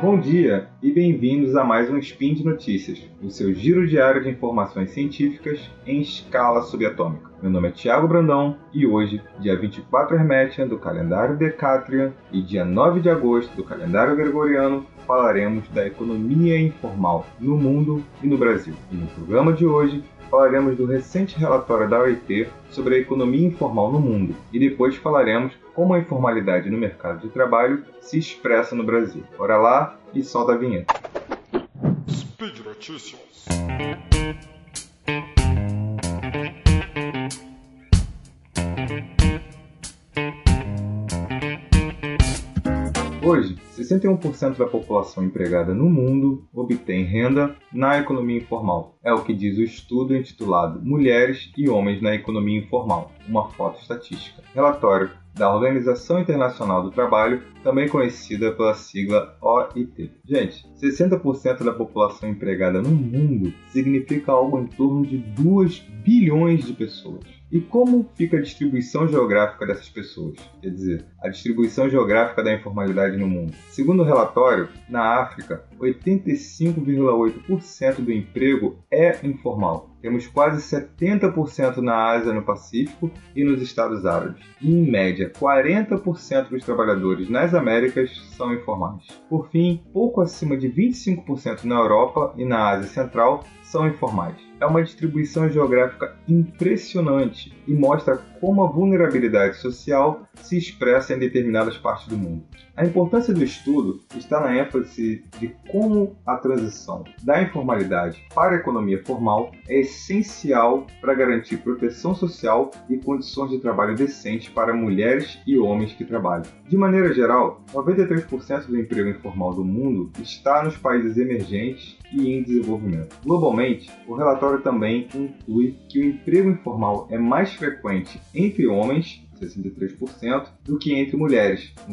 Bom dia e bem-vindos a mais um Spin de Notícias, o seu giro diário de informações científicas em escala subatômica. Meu nome é Thiago Brandão e hoje, dia 24 Hermétian do calendário Decatrian e dia 9 de agosto do calendário Gregoriano, falaremos da economia informal no mundo e no Brasil. E no programa de hoje, falaremos do recente relatório da OIT sobre a economia informal no mundo e depois falaremos como a informalidade no mercado de trabalho se expressa no Brasil. Bora lá e solta a vinheta. Speed Notícias. Hoje, 61% da população empregada no mundo obtém renda na economia informal. É o que diz o estudo intitulado Mulheres e Homens na Economia Informal, uma foto estatística. Relatório da Organização Internacional do Trabalho, também conhecida pela sigla OIT. Gente, 60% da população empregada no mundo significa algo em torno de 2 bilhões de pessoas. E como fica a distribuição geográfica dessas pessoas? Quer dizer, a distribuição geográfica da informalidade no mundo. Segundo o relatório, na África, 85,8% do emprego é informal. Temos quase 70% na Ásia, no Pacífico e nos Estados Árabes. E, em média, 40% dos trabalhadores nas Américas são informais. Por fim, pouco acima de 25% na Europa e na Ásia Central são informais. É uma distribuição geográfica impressionante e mostra como a vulnerabilidade social se expressa em determinadas partes do mundo. A importância do estudo está na ênfase de como a transição da informalidade para a economia formal é essencial para garantir proteção social e condições de trabalho decentes para mulheres e homens que trabalham. De maneira geral, 93% do emprego informal do mundo está nos países emergentes e em desenvolvimento. Globalmente, o relatório também inclui que o emprego informal é mais frequente entre homens, 63%, do que entre mulheres, com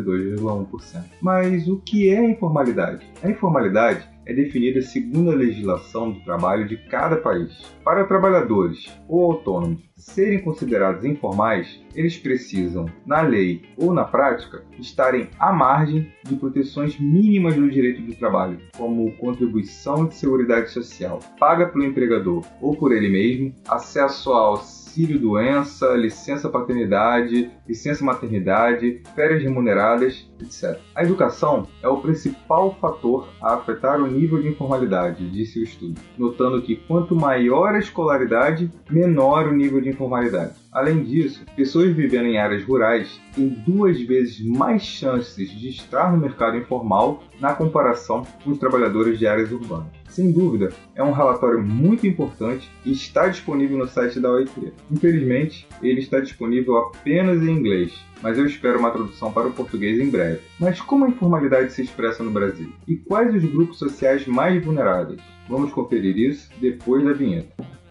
52,1%. Mas o que é a informalidade? A informalidade é definida segundo a legislação do trabalho de cada país. Para trabalhadores ou autônomos serem considerados informais, eles precisam, na lei ou na prática, estarem à margem de proteções mínimas do direito do trabalho, como contribuição de seguridade social, paga pelo empregador ou por ele mesmo, acesso ao auxílio-doença, licença paternidade, licença maternidade, férias remuneradas, etc. A educação é o principal fator a afetar o nível de informalidade, disse o estudo, notando que quanto maior a escolaridade, menor o nível de informalidade. Além disso, pessoas vivendo em áreas rurais têm 2 vezes mais chances de estar no mercado informal na comparação com os trabalhadores de áreas urbanas. Sem dúvida, é um relatório muito importante e está disponível no site da OIT. Infelizmente, ele está disponível apenas em inglês, mas eu espero uma tradução para o português em breve. Mas como a informalidade se expressa no Brasil? E quais os grupos sociais mais vulneráveis? Vamos conferir isso depois da vinheta.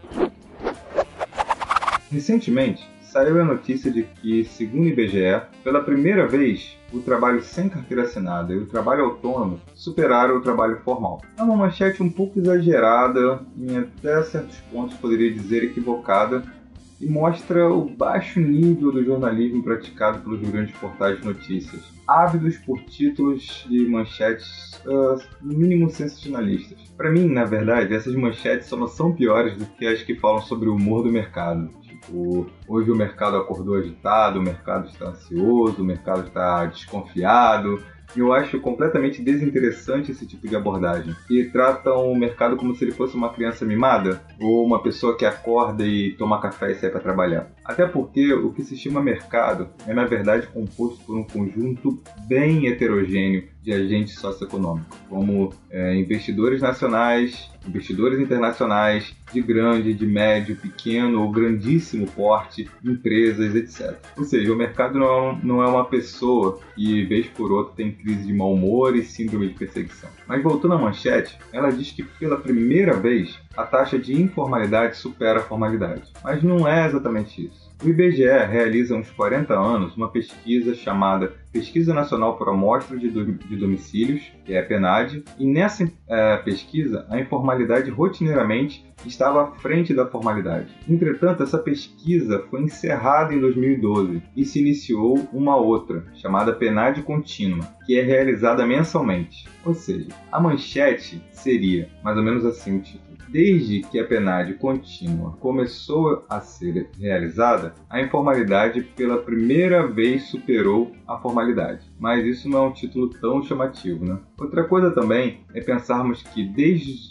Recentemente, saiu a notícia de que, segundo o IBGE, pela primeira vez, o trabalho sem carteira assinada e o trabalho autônomo superaram o trabalho formal. É uma manchete um pouco exagerada, em até certos pontos poderia dizer equivocada, e mostra o baixo nível do jornalismo praticado pelos grandes portais de notícias, ávidos por títulos de manchetes, no mínimo sensacionalistas. Para mim, na verdade, essas manchetes só não são piores do que as que falam sobre o humor do mercado. Hoje o mercado acordou agitado, o mercado está ansioso, o mercado está desconfiado. Eu acho completamente desinteressante esse tipo de abordagem, que tratam o mercado como se ele fosse uma criança mimada ou uma pessoa que acorda e toma café e sai para trabalhar. Até porque o que se chama mercado é, na verdade, composto por um conjunto bem heterogêneo de agentes socioeconômicos, como investidores nacionais, investidores internacionais, de grande, de médio, pequeno ou grandíssimo porte, empresas, etc. Ou seja, o mercado não é uma pessoa que, vez por outra, tem crise de mau humor e síndrome de perseguição. Mas voltando à manchete, ela diz que pela primeira vez a taxa de informalidade supera a formalidade. Mas não é exatamente isso. O IBGE realiza há uns 40 anos uma pesquisa chamada Pesquisa Nacional por Amostra de Domicílios, que é a PNAD, e nessa pesquisa a informalidade rotineiramente estava à frente da formalidade. Entretanto, essa pesquisa foi encerrada em 2012 e se iniciou uma outra, chamada PNAD Contínua, que é realizada mensalmente. Ou seja, a manchete seria mais ou menos assim o título. Desde que a PNAD contínua começou a ser realizada, a informalidade pela primeira vez superou a formalidade. Mas isso não é um título tão chamativo, né? Outra coisa também é pensarmos que desde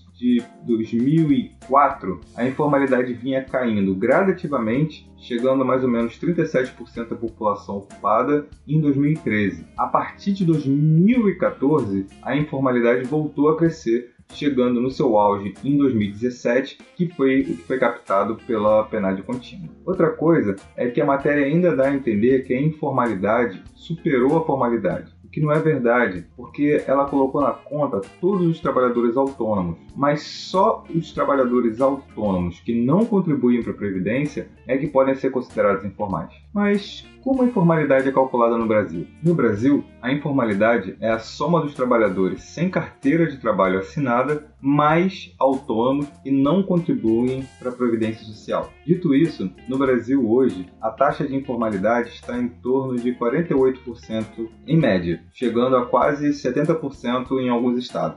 2004 a informalidade vinha caindo gradativamente, chegando a mais ou menos 37% da população ocupada em 2013. A partir de 2014, a informalidade voltou a crescer, chegando no seu auge em 2017, que foi captado pela PNAD contínua. Outra coisa é que a matéria ainda dá a entender que a informalidade superou a formalidade, o que não é verdade, porque ela colocou na conta todos os trabalhadores autônomos, mas só os trabalhadores autônomos que não contribuem para a Previdência é que podem ser considerados informais. Mas como a informalidade é calculada no Brasil? No Brasil, a informalidade é a soma dos trabalhadores sem carteira de trabalho assinada, mais autônomos e não contribuem para a Previdência Social. Dito isso, no Brasil hoje, a taxa de informalidade está em torno de 48% em média, chegando a quase 70% em alguns estados.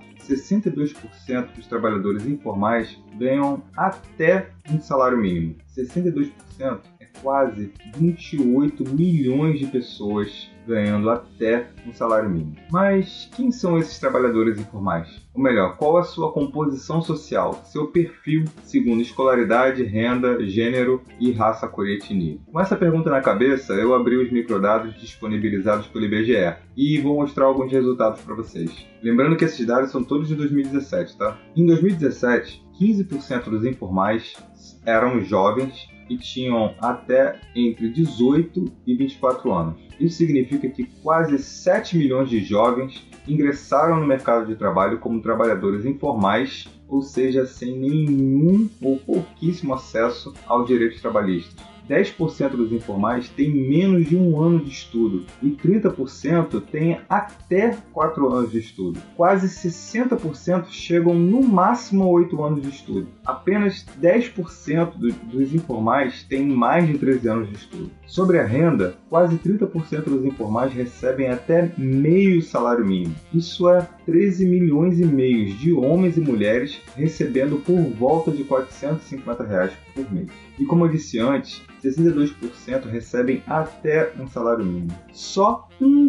62% dos trabalhadores informais ganham até um salário mínimo. 62% é quase 28 milhões de pessoas ganhando até um salário mínimo. Mas quem são esses trabalhadores informais? Ou melhor, qual a sua composição social, seu perfil segundo escolaridade, renda, gênero e raça, cor e etnia? Com essa pergunta na cabeça, eu abri os microdados disponibilizados pelo IBGE e vou mostrar alguns resultados para vocês. Lembrando que esses dados são todos de 2017, tá? Em 2017, 15% dos informais eram jovens e tinham até entre 18 e 24 anos. Isso significa que quase 7 milhões de jovens ingressaram no mercado de trabalho como trabalhadores informais, ou seja, sem nenhum ou pouquíssimo acesso aos direitos trabalhistas. 10% dos informais têm menos de 1 ano de estudo e 30% têm até 4 anos de estudo. Quase 60% chegam no máximo a 8 anos de estudo. Apenas 10% dos informais têm mais de 13 anos de estudo. Sobre a renda, quase 30% dos informais recebem até meio salário mínimo. Isso é 13 milhões e meio de homens e mulheres recebendo por volta de R$ 450 por mês. E como eu disse antes, 62% recebem até um salário mínimo. Só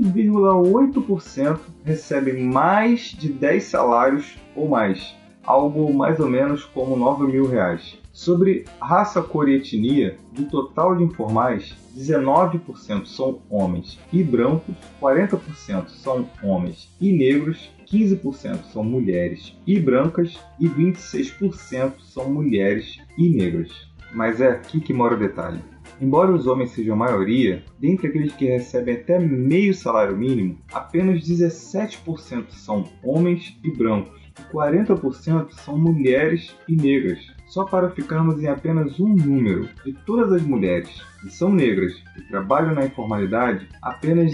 1,8% recebem mais de 10 salários ou mais, algo mais ou menos como R$ 9.000. Sobre raça, cor e etnia, do total de informais, 19% são homens e brancos, 40% são homens e negros, 15% são mulheres e brancas e 26% são mulheres e negras. Mas é aqui que mora o detalhe. Embora os homens sejam a maioria, dentre aqueles que recebem até meio salário mínimo, apenas 17% são homens e brancos, e 40% são mulheres e negras. Só para ficarmos em apenas um número, de todas as mulheres que são negras e trabalham na informalidade, apenas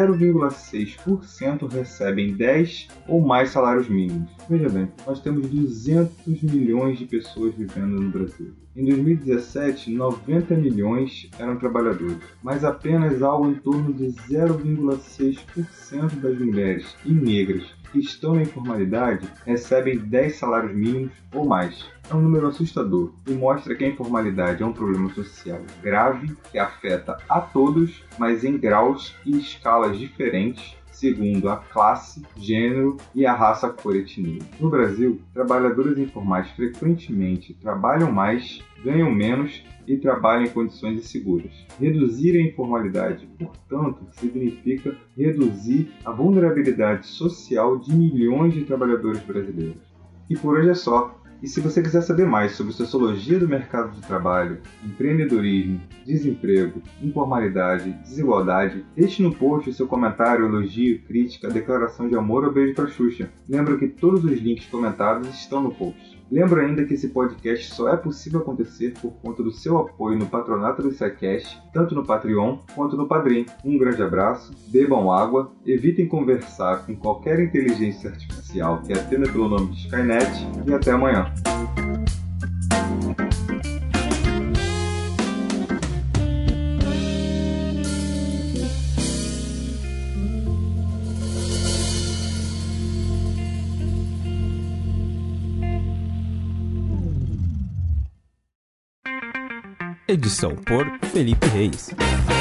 0,6% recebem 10 ou mais salários mínimos. Veja bem, nós temos 200 milhões de pessoas vivendo no Brasil. Em 2017, 90 milhões eram trabalhadores, mas apenas algo em torno de 0,6% das mulheres e negras que estão na informalidade recebem 10 salários mínimos ou mais. É um número assustador e mostra que a informalidade é um problema social grave que afeta a todos, mas em graus e escalas diferentes, segundo a classe, gênero e a raça, cor e etnia. No Brasil, trabalhadores informais frequentemente trabalham mais, ganham menos e trabalham em condições inseguras. Reduzir a informalidade, portanto, significa reduzir a vulnerabilidade social de milhões de trabalhadores brasileiros. E por hoje é só. E se você quiser saber mais sobre sociologia do mercado de trabalho, empreendedorismo, desemprego, informalidade, desigualdade, deixe no post o seu comentário, elogio, crítica, declaração de amor ou beijo para Xuxa. Lembra que todos os links comentados estão no post. Lembro ainda que esse podcast só é possível acontecer por conta do seu apoio no patronato do SciCast, tanto no Patreon quanto no Padrim. Um grande abraço, bebam água, evitem conversar com qualquer inteligência artificial que atenda pelo nome de Skynet e até amanhã. Edição por Felipe Reis.